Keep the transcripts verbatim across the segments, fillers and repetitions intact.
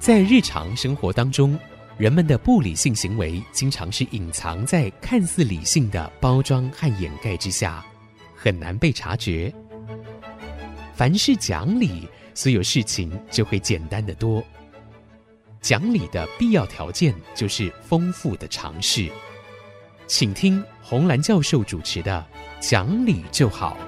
在日常生活当中，人们的不理性行为经常是隐藏在看似理性的包装和掩盖之下，很难被察觉。凡事讲理，所有事情就会简单得多。讲理的必要条件就是丰富的常识。请听洪兰教授主持的《讲理就好》。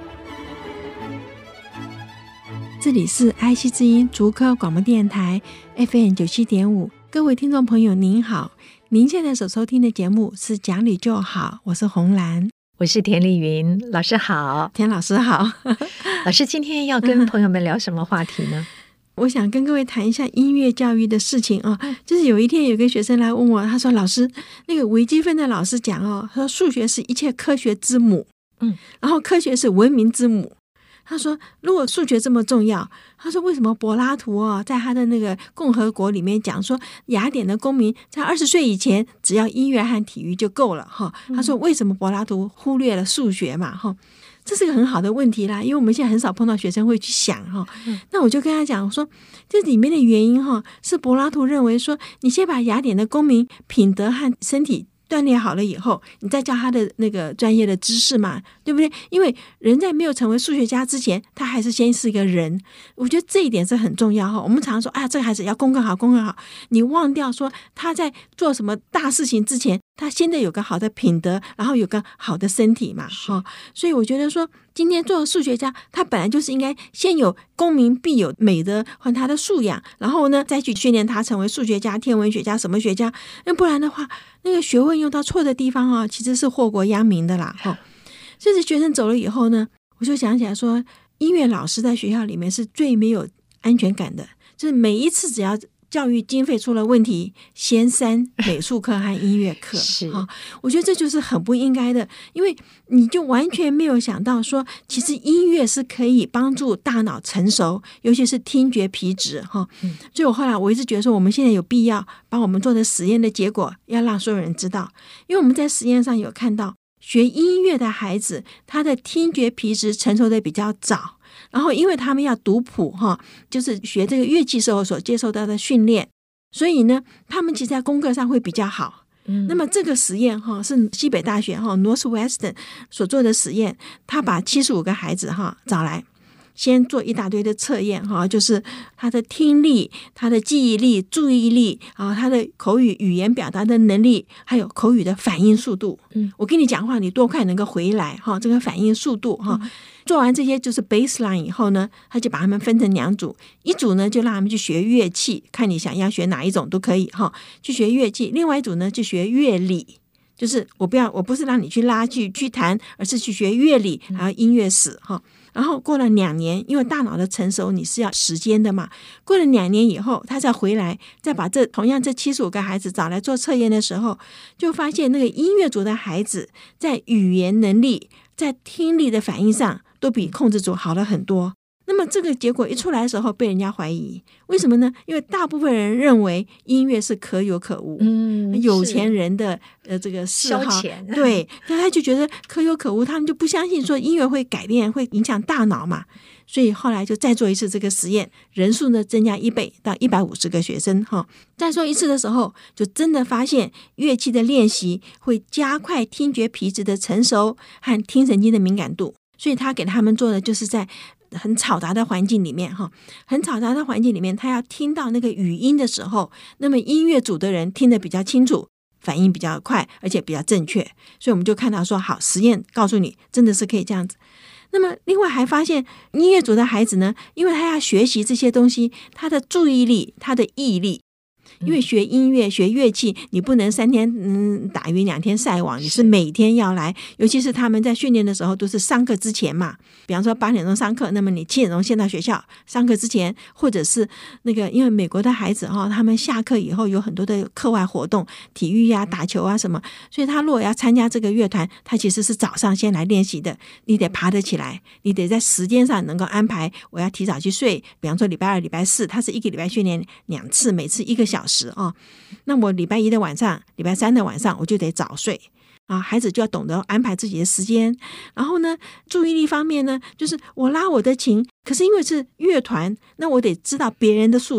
这里是 I C 之音竹科广播电台 F M 九十七点五，各位听众朋友您好，您现在所收听的节目是讲理就好，我是洪兰， 我是田丽云老师好。 田老师好。 老师今天要跟朋友们聊什么话题呢？ 我想跟各位谈一下音乐教育的事情啊。就是有一天有个学生来问我，他说老师，那个微积分的老师讲哦，他说数学是一切科学之母，嗯，然后科学是文明之母。他说如果数学这么重要，他说为什么柏拉图哦，在他的那个共和国里面讲说雅典的公民在二十岁以前只要音乐和体育就够了哈。他说为什么柏拉图忽略了数学嘛哈？这是个很好的问题啦，因为我们现在很少碰到学生会去想哈。那我就跟他讲，我说这里面的原因哈，是柏拉图认为说，你先把雅典的公民品德和身体锻炼好了以后，你再教他的那个专业的知识嘛，对不对？因为人在没有成为数学家之前，他还是先是一个人。我觉得这一点是很重要哈。我们常常说，哎呀，这个孩子要功课好，功课好，你忘掉说他在做什么大事情之前，他现在有个好的品德，然后有个好的身体嘛，哈。所以我觉得说，今天做数学家，他本来就是应该先有公民必有美德和他的素养，然后呢，再去训练他成为数学家、天文学家、什么学家。那不然的话，那个学问用到错的地方啊，其实是祸国殃民的啦，哈。这次学生走了以后呢，我就想起来说，音乐老师在学校里面是最没有安全感的，就是每一次只要教育经费出了问题，先删美术课和音乐课。是、哦、我觉得这就是很不应该的，因为你就完全没有想到说，其实音乐是可以帮助大脑成熟，尤其是听觉皮质、哦嗯、所以我后来我一直觉得说，我们现在有必要把我们做的实验的结果要让所有人知道，因为我们在实验上有看到，学音乐的孩子他的听觉皮质成熟的比较早，然后因为他们要读谱哈，就是学这个乐器时候所接受到的训练，所以呢他们其实在功课上会比较好。嗯、那么这个实验哈是西北大学哈 Northwestern 所做的实验，他把七十五个孩子哈找来，先做一大堆的测验哈，就是他的听力、他的记忆力、注意力啊，他的口语语言表达的能力，还有口语的反应速度。嗯，我跟你讲话，你多快能够回来哈？这个反应速度哈。嗯，做完这些就是 baseline 以后呢，他就把他们分成两组，一组呢就让他们去学乐器，看你想要学哪一种都可以哈，去学乐器；另外一组呢就学乐理，就是我不要，我不是让你去拉去去弹，而是去学乐理，还有音乐史哈。然后过了两年，因为大脑的成熟你是要时间的嘛，过了两年以后，他再回来，再把这同样这七十五个孩子找来做测验的时候，就发现那个音乐组的孩子在语言能力、在听力的反应上都比控制组好了很多。那么这个结果一出来的时候，被人家怀疑，为什么呢？因为大部分人认为音乐是可有可无，嗯，有钱人的呃这个嗜好，消遣，对，那他就觉得可有可无，他们就不相信说音乐会改变，会影响大脑嘛。所以后来就再做一次这个实验，人数呢增加一倍到一百五十个学生哈。再做一次的时候，就真的发现乐器的练习会加快听觉皮质的成熟和听神经的敏感度。所以他给他们做的就是在很嘈杂的环境里面哈，很嘈杂的环境里面，他要听到那个语音的时候，那么音乐组的人听得比较清楚，反应比较快，而且比较正确。所以我们就看到说，好，实验告诉你真的是可以这样子。那么另外还发现音乐组的孩子呢，因为他要学习这些东西，他的注意力、他的毅力，因为学音乐、学乐器，你不能三天嗯打鱼两天晒网，你是每天要来。尤其是他们在训练的时候，都是上课之前嘛。比方说八点钟上课，那么你七点钟先到学校，上课之前，或者是那个，因为美国的孩子哈，他们下课以后有很多的课外活动，体育呀、打球啊什么，所以他如果要参加这个乐团，他其实是早上先来练习的。你得爬得起来，你得在时间上能够安排。我要提早去睡，比方说礼拜二、礼拜四，他是一个礼拜训练两次，每次一个小时哦。那我礼拜一的晚上、礼拜三的晚上，我就得早睡。啊，孩子就要懂得安排自己的时间。然后呢，注意力方面呢，就是我拉我的琴，可是因为是乐团，那我得知道别人的速度，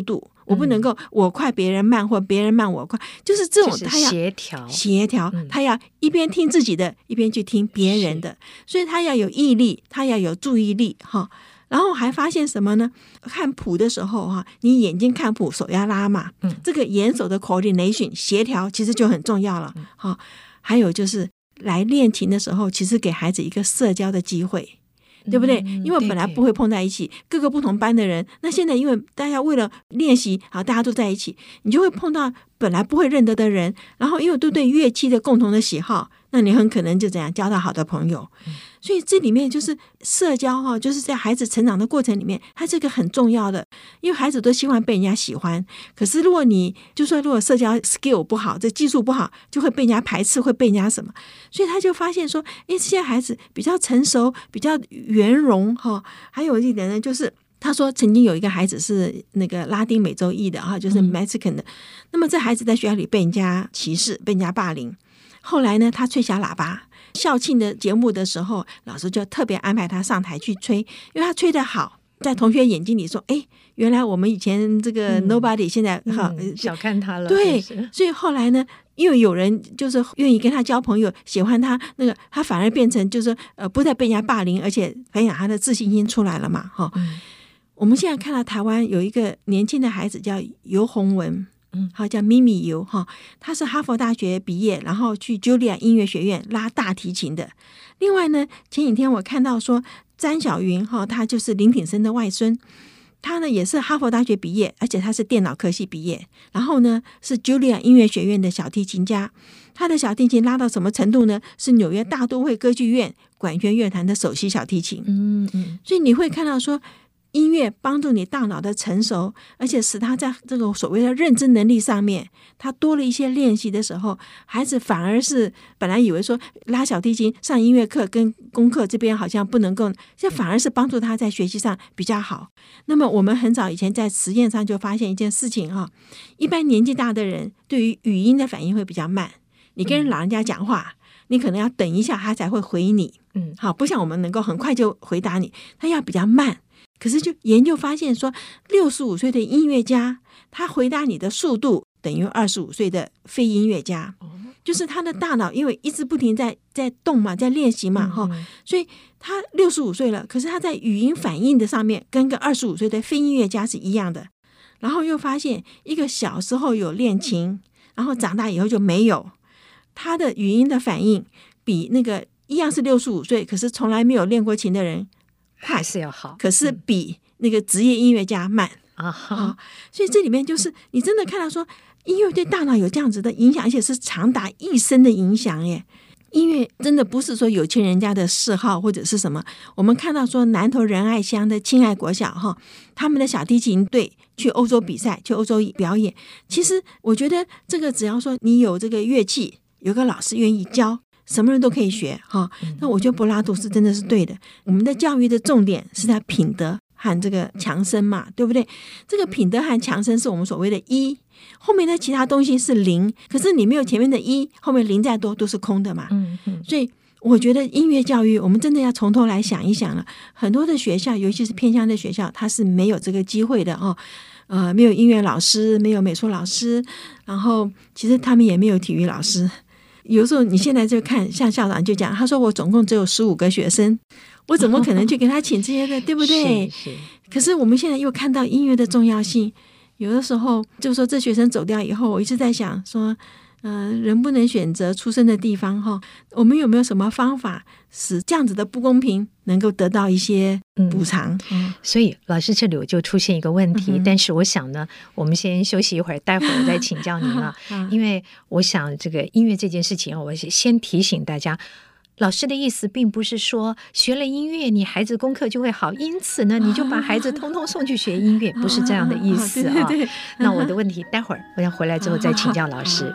我不能够我快别人慢，或别人慢我快，就是这种他要协调协调，他要一边听自己的，一边去听别人的，所以他要有毅力，他要有注意力哈。然后还发现什么呢？看谱的时候哈，你眼睛看谱，手要拉嘛，嗯，这个眼手的 coordination 协调其实就很重要了。好，还有就是来练琴的时候，其实给孩子一个社交的机会。对不对？因为本来不会碰在一起，各个不同班的人，那现在因为大家为了练习，好，大家都在一起，你就会碰到本来不会认得的人，然后因为都对乐器的共同的喜好，那你很可能就这样交到好的朋友。所以这里面就是社交哈，就是在孩子成长的过程里面，它这个很重要的，因为孩子都希望被人家喜欢。可是如果你就说如果社交 skill 不好，这技术不好，就会被人家排斥，会被人家什么？所以他就发现说，哎，这些孩子比较成熟，比较圆融哈。还有一点呢，就是他说曾经有一个孩子是那个拉丁美洲裔的哈，就是 Mexican 的。那么这孩子在学校里被人家歧视，被人家霸凌。后来呢，他吹小喇叭。校庆的节目的时候，老师就特别安排他上台去吹，因为他吹得好，在同学眼睛里说，哎，原来我们以前这个 nobody 现在、 嗯好、 嗯、小看他了。 对，所以后来呢，因为有人就是愿意跟他交朋友，喜欢他，那个他反而变成就是呃不再被人家霸凌，而且培养他的自信心出来了嘛，哈、嗯。我们现在看到台湾有一个年轻的孩子叫游鸿文。嗯，好，叫咪咪游哈，他是哈佛大学毕业，然后去 Juilliard 音乐学院拉大提琴的。另外呢，前几天我看到说詹晓云哈，他就是林品生的外孙，他呢也是哈佛大学毕业，而且他是电脑科系毕业，然后呢是 Juilliard 音乐学院的小提琴家。他的小提琴拉到什么程度呢？是纽约大都会歌剧院管弦乐团的首席小提琴。嗯嗯，所以你会看到说。音乐帮助你大脑的成熟，而且使他在这个所谓的认知能力上面，他多了一些练习的时候，孩子反而是本来以为说拉小提琴上音乐课跟功课这边好像不能够，这反而是帮助他在学习上比较好。那么我们很早以前在实验上就发现一件事情哈，一般年纪大的人对于语音的反应会比较慢，你跟老人家讲话，你可能要等一下他才会回你，嗯，好，不像我们能够很快就回答你，他要比较慢。可是就研究发现说，六十五岁的音乐家，他回答你的速度等于二十五岁的非音乐家，就是他的大脑因为一直不停在在动嘛，在练习嘛，哈、嗯，所以他六十五岁了，可是他在语音反应的上面跟个二十五岁的非音乐家是一样的。然后又发现一个小时候有练琴，然后长大以后就没有，他的语音的反应比那个一样是六十五岁，可是从来没有练过琴的人。 还是要好， 可是比那个职业音乐家慢、 嗯、啊, 啊！所以这里面就是你真的看到说，音乐对大脑有这样子的影响，而且是长达一生的影响耶。音乐真的不是说有钱人家的嗜好或者是什么。我们看到说南投仁爱乡的亲爱国小哈，他们的小提琴队去欧洲比赛，去欧洲表演。其实我觉得这个只要说你有这个乐器，有个老师愿意教。什么人都可以学哈，那我觉得柏拉图是真的是对的。我们的教育的重点是在品德和这个强身嘛，对不对？这个品德和强身是我们所谓的一，后面的其他东西是零。可是你没有前面的一，后面零再多都是空的嘛。嗯嗯。所以我觉得音乐教育，我们真的要从头来想一想了。很多的学校，尤其是偏乡的学校，它是没有这个机会的哦。呃，没有音乐老师，没有美术老师，然后其实他们也没有体育老师。有时候你现在就看，像校长就讲，他说我总共只有十五个学生，我怎么可能去给他请这些的，对不对？是是。可是我们现在又看到音乐的重要性，有的时候就说这学生走掉以后，我一直在想说，呃，人不能选择出生的地方哈，我们有没有什么方法使这样子的不公平能够得到一些补偿？ 嗯嗯、所以老师这里我就出现一个问题、嗯，但是我想呢，我们先休息一会儿，待会儿我再请教您了、啊，因为我想这个音乐这件事情，我先提醒大家。老师的意思并不是说学了音乐你孩子功课就会好，因此呢你就把孩子通通送去学音乐，不是这样的意思啊。对对对，那我的问题待会儿我想回来之后再请教老师。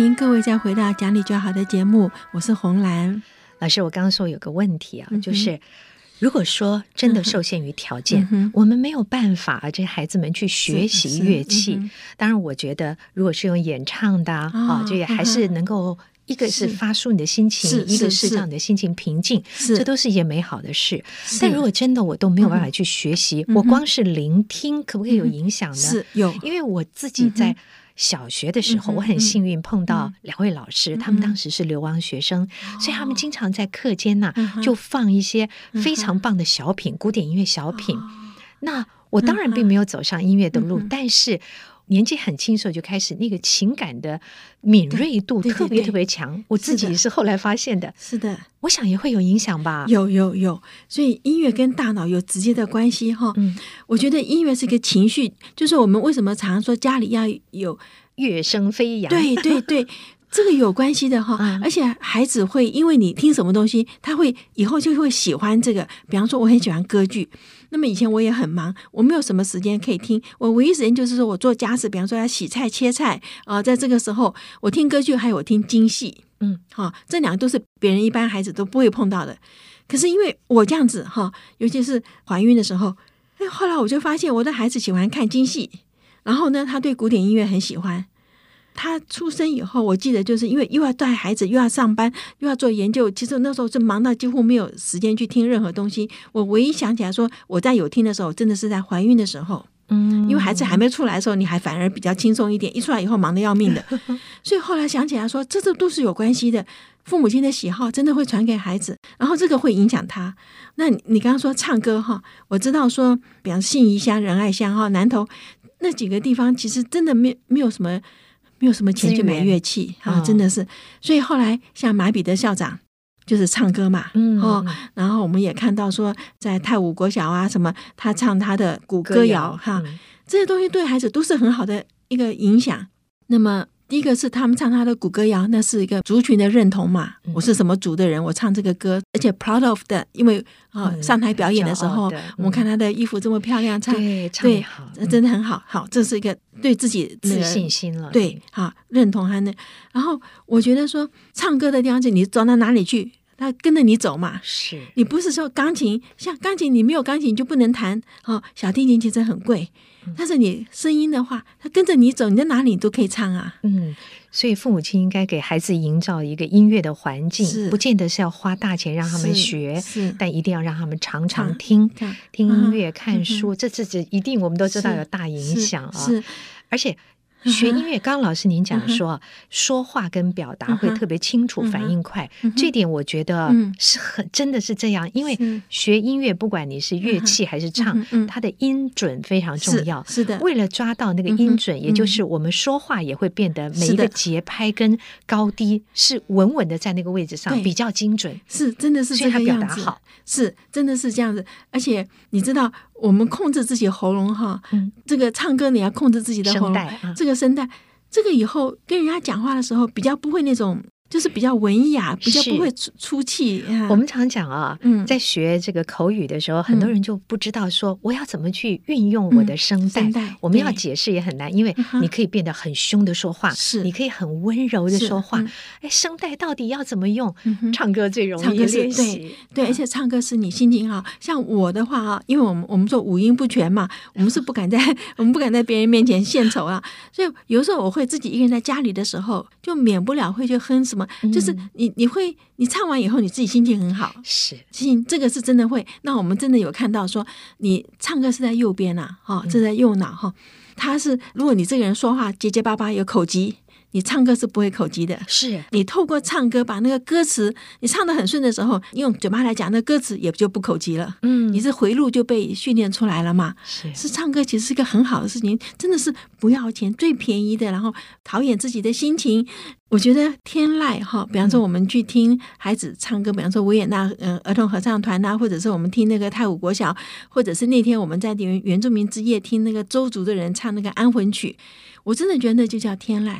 迎各位再回到讲理就好的节目，我是洪兰老师。我刚刚说有个问题啊，嗯、就是如果说真的受限于条件， 嗯、 我们没有办法这些孩子们去学习乐器。嗯、当然，我觉得如果是用演唱的啊，哦、这也还是能够。一个是发出你的心情，一个是让你的心情平静，这都是一件美好的事。但如果真的我都没有办法去学习，嗯、我光是聆听，可不可以有影响呢？ 是有， 因为我自己在小学的时候，嗯、我很幸运碰到两位老师，嗯、他们当时是流亡学生，嗯、所以他们经常在课间呐、啊嗯、就放一些非常棒的小品，嗯、古典音乐小品。嗯、那我当然并没有走上音乐的路，嗯、但是。年纪很轻的时候就开始那个情感的敏锐度特别特别强，我自己是后来发现的。 是的， 我想也会有影响吧。 有有有，所以音乐跟大脑有直接的关系哈。嗯，我觉得音乐是一个情绪，就是我们为什么常说家里要有乐声飞扬。 对对对。这个有关系的哈，嗯、而且孩子会因为你听什么东西，他会以后就会喜欢这个。比方说，我很喜欢歌剧，那么以前我也很忙，我没有什么时间可以听，我唯一时间就是说我做家事，比方说要洗菜、切菜啊、呃，在这个时候我听歌剧，还有我听京戏，嗯，好、哦，这两个都是别人一般孩子都不会碰到的。可是因为我这样子哈，尤其是怀孕的时候，哎，后来我就发现我的孩子喜欢看京戏，然后呢，他对古典音乐很喜欢。他出生以后，我记得就是因为又要带孩子，又要上班，又要做研究，其实那时候就忙到几乎没有时间去听任何东西。我唯一想起来说我在有听的时候，真的是在怀孕的时候，嗯，因为孩子还没出来的时候，你还反而比较轻松一点，一出来以后忙得要命的。所以后来想起来说，这这都是有关系的。父母亲的喜好真的会传给孩子，然后这个会影响他。那你刚刚说唱歌哈，我知道说，比方信义乡、仁爱乡哈、南投那几个地方，其实真的没没有什么。没有什么钱去买乐器啊，真的是。所以后来像马彼得校长就是唱歌嘛，嗯，哦，然后我们也看到说，在泰武国小啊什么，他唱他的古歌谣哈，嗯、这些东西对孩子都是很好的一个影响。那么第一个是他们唱他的古歌谣，那是一个族群的认同嘛，嗯、我是什么族的人，我唱这个歌，而且 proud of 的，因为啊、呃嗯、上台表演的时候，嗯、我们看他的衣服这么漂亮，唱对唱得好， 对，真的很好，好，这是一个对自己、那个、 自信心了， 对，好认同他那。然后我觉得说，唱歌的地方是你走到哪里去，他跟着你走嘛， 是你不是说钢琴，像钢琴你没有钢琴就不能弹，哦，小提琴其实很贵。但是你声音的话，他跟着你走，你在哪里你都可以唱啊。嗯， 所以父母亲应该给孩子营造一个音乐的环境，不见得是要花大钱让他们学，但一定要让他们常常听听音乐、嗯、看书，嗯、这这这一定我们都知道有大影响啊。是，而且。学音乐，刚刚老师您讲说，嗯、说话跟表达会特别清楚，嗯、反应快，嗯、这点我觉得是很真的是这样。因为学音乐，不管你是乐器还是唱，嗯、它的音准非常重要。 是, 是的， 为了抓到那个音准，嗯、也就是我们说话也会变得每一个节拍跟高低是稳稳的在那个位置上，比较精准。 是，真的是这个样子。所以他表达好，是真的是这样子。而且你知道。我们控制自己喉咙哈，嗯、这个唱歌你要控制自己的喉咙，啊、这个声带，这个以后跟人家讲话的时候比较不会那种。就是比较文雅，比较不会出出气。 我们常讲啊，嗯、在学这个口语的时候，很多人就不知道说我要怎么去运用我的声带。嗯、声带我们要解释也很难，因为你可以变得很凶的说话，是、嗯、你可以很温柔的说话。哎、嗯，声带到底要怎么用？嗯、唱歌最容易练习。 对对，而且唱歌是你心情好。像我的话啊，因为我们我们说五音不全嘛，我们是不敢在我们不敢在别人面前献丑啊，所以有时候我会自己一个人在家里的时候，就免不了会去哼什么。就是你，你会，你唱完以后，你自己心情很好， 是， 心这个是真的会。那我们真的有看到说，你唱歌是在右边啊，哈，是在右脑哈。他是，如果你这个人说话结结巴巴有口疾，你唱歌是不会口疾的。 是你透过唱歌把那个歌词，你唱得很顺的时候，你用嘴巴来讲，那歌词也就不口疾了。嗯，你是回路就被训练出来了嘛。是，是唱歌其实是个很好的事情，真的是不要钱，最便宜的，然后陶冶自己的心情。我觉得天籁哈，比方说我们去听孩子唱歌，比方说维也纳嗯儿童合唱团啊，或者是我们听那个泰武国小，或者是那天我们在原原住民之夜听那个周族的人唱那个安魂曲，我真的觉得那就叫天籁。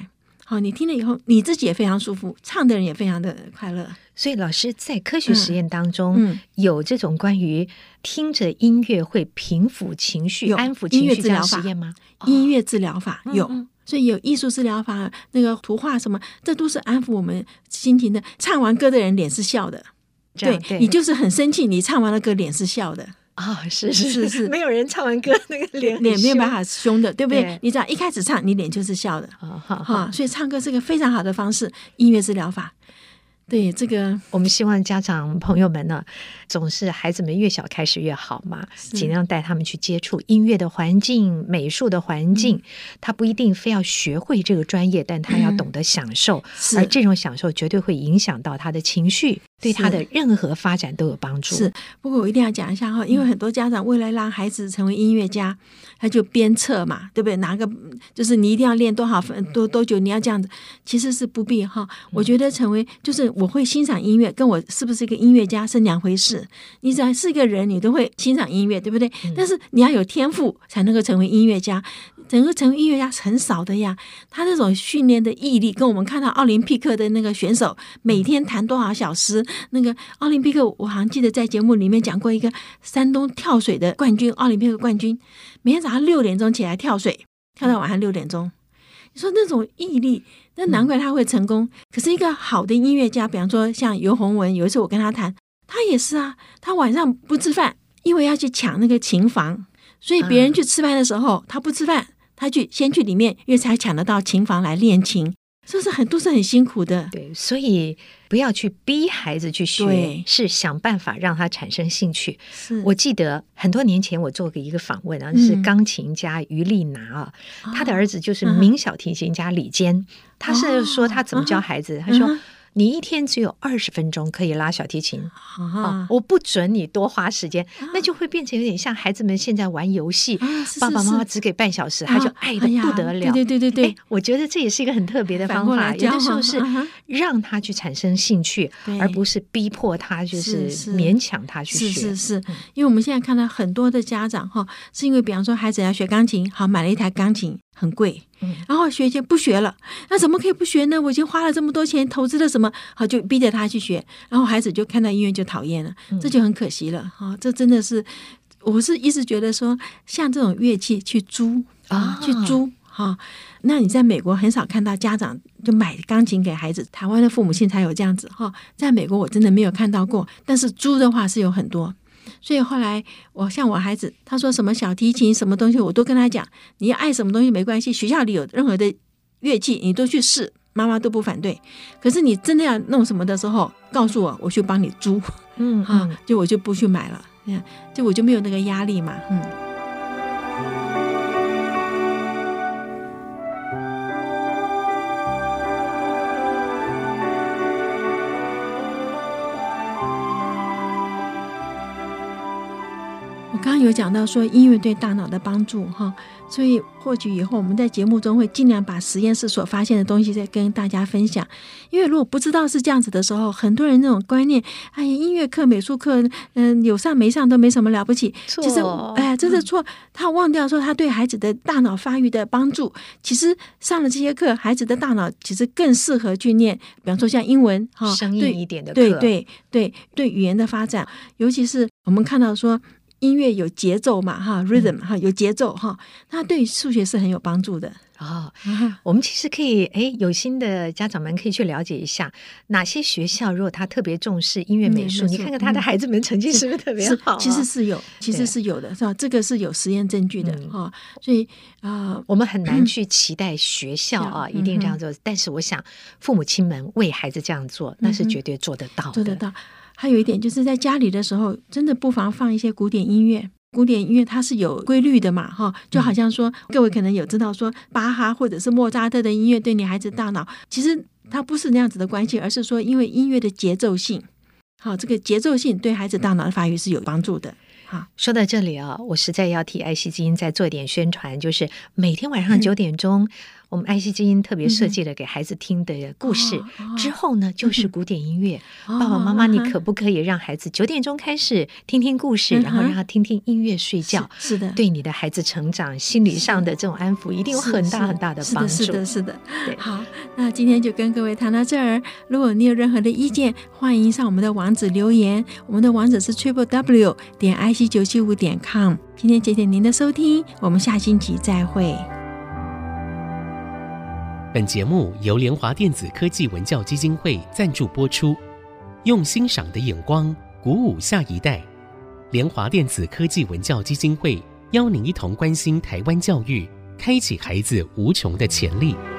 好，你听了以后你自己也非常舒服，唱的人也非常的快乐。 所以老师在科学实验当中、 嗯嗯、 有这种关于听着音乐会平抚情绪、安抚情绪这样实验吗？ 音乐治疗法、哦、有、 嗯嗯， 所以有艺术治疗法，那个图画什么，这都是安抚我们心情的。唱完歌的人脸是笑的，对， 对， 你就是很生气，你唱完了歌脸是笑的。 啊、哦，是是是是， 没有人唱完歌那个脸脸没有办法凶的，对不对？ 对， 你只要一开始唱，你脸就是笑的。 好好好，所以唱歌是个非常好的方式，音乐治疗法。对，这个我们希望家长朋友们呢，总是孩子们越小开始越好嘛，尽量带他们去接触音乐的环境、美术的环境、嗯、他不一定非要学会这个专业，但他要懂得享受、嗯、而这种享受绝对会影响到他的情绪，对他的任何发展都有帮助。 是，不过我一定要讲一下哈，因为很多家长为了让孩子成为音乐家，他就鞭策嘛，对不对？拿个就是你一定要练多少分多多久，你要这样子，其实是不必哈。我觉得成为就是我会欣赏音乐，跟我是不是一个音乐家是两回事。你只要是一个人，你都会欣赏音乐，对不对？嗯、但是你要有天赋才能够成为音乐家。整个成为音乐家很少的呀，他那种训练的毅力，跟我们看到奥林匹克的那个选手每天弹多少小时，那个奥林匹克我好像记得在节目里面讲过一个山东跳水的冠军，奥林匹克冠军每天早上六点钟起来跳水，跳到晚上六点钟。你说那种毅力，那难怪他会成功。嗯、可是一个好的音乐家，比方说像尤鸿文，有一次我跟他谈，他也是啊，他晚上不吃饭，因为要去抢那个琴房，所以别人去吃饭的时候，嗯、他不吃饭，他去先去里面，因为才抢得到琴房来练琴。这是很都是很辛苦的。 对，所以不要去逼孩子去学，是想办法让他产生兴趣。我记得很多年前我做过一个访问啊，嗯、是钢琴家于丽娜啊，哦、他的儿子就是名小提琴家李坚，哦、他是说他怎么教孩子，哦、他说。嗯你一天只有二十分钟可以拉小提琴，啊哦、我不准你多花时间，啊、那就会变成有点像孩子们现在玩游戏，啊、是是是爸爸妈妈只给半小时，啊、他就爱得不得了。 哎、对对对对对， 我觉得这也是一个很特别的方法。有的时候是让他去产生兴趣，啊、而不是逼迫他，就是勉强他去学。 是是是，因为我们现在看到很多的家长哈，是因为比方说孩子要学钢琴，好买了一台钢琴。很贵，然后学一些不学了，那怎么可以不学呢？我已经花了这么多钱，投资了什么，好就逼着他去学，然后孩子就看到音乐就讨厌了，这就很可惜了啊！这真的是，我是一直觉得说，像这种乐器去租啊，去租哈。那你在美国很少看到家长就买钢琴给孩子，台湾的父母亲才有这样子哈。在美国我真的没有看到过，但是租的话是有很多。所以后来我像我孩子，他说什么小提琴什么东西，我都跟他讲，你要爱什么东西没关系，学校里有任何的乐器你都去试，妈妈都不反对。可是你真的要弄什么的时候，告诉我，我去帮你租，嗯啊，就我就不去买了，就我就没有那个压力嘛，嗯。刚刚有讲到说音乐对大脑的帮助哈，所以或许以后我们在节目中会尽量把实验室所发现的东西再跟大家分享。因为如果不知道是这样子的时候，很多人那种观念，哎呀，音乐课、美术课，嗯、呃，有上没上都没什么了不起。其实，哎，这是错。他忘掉说他对孩子的大脑发育的帮助。其实上了这些课，孩子的大脑其实更适合去念，比方说像英文哈， 生硬一点的课， 对对对对，语言的发展，尤其是我们看到说。音乐有节奏嘛，哈 ，rhythm 哈，有节奏哈，那对数学是很有帮助的。 哦，我们其实可以，哎，有心的家长们可以去了解一下哪些学校，如果他特别重视音乐美术，嗯、你看看他的孩子们成绩是不是特别好、啊？ 其实是有，其实是有的，是吧？这个是有实验证据的哈、嗯，所以啊、呃， 我们很难去期待学校啊、嗯、一定这样做、嗯，但是我想父母亲们为孩子这样做，那是绝对做得到的， 做得到。还有一点就是在家里的时候，真的不妨放一些古典音乐。古典音乐它是有规律的嘛，哈，就好像说、嗯、各位可能有知道说巴哈或者是莫扎特的音乐对你孩子大脑，其实它不是那样子的关系，而是说因为音乐的节奏性，好，这个节奏性对孩子大脑的发育是有帮助的。 说到这里啊，我实在要替爱惜基因再做一点宣传，就是每天晚上九点钟。嗯我们爱惜之音特别设计了给孩子听的故事，嗯、之后呢就是古典音乐。哦、爸爸妈妈，你可不可以让孩子九点钟开始听听故事，嗯、然后让他听听音乐睡觉？ 是, 是的， 对你的孩子成长心理上的这种安抚，一定有很大很大的帮助。 是的，是的，是的。好，那今天就跟各位谈到这儿。如果你有任何的意见，欢迎上我们的网址留言。我们的网址是 triple w 点 i c 九七五点 com。今天谢谢您的收听，我们下星期再会。 本节目由联华电子科技文教基金会赞助播出，用欣赏的眼光鼓舞下一代。联华电子科技文教基金会邀您一同关心台湾教育，开启孩子无穷的潜力。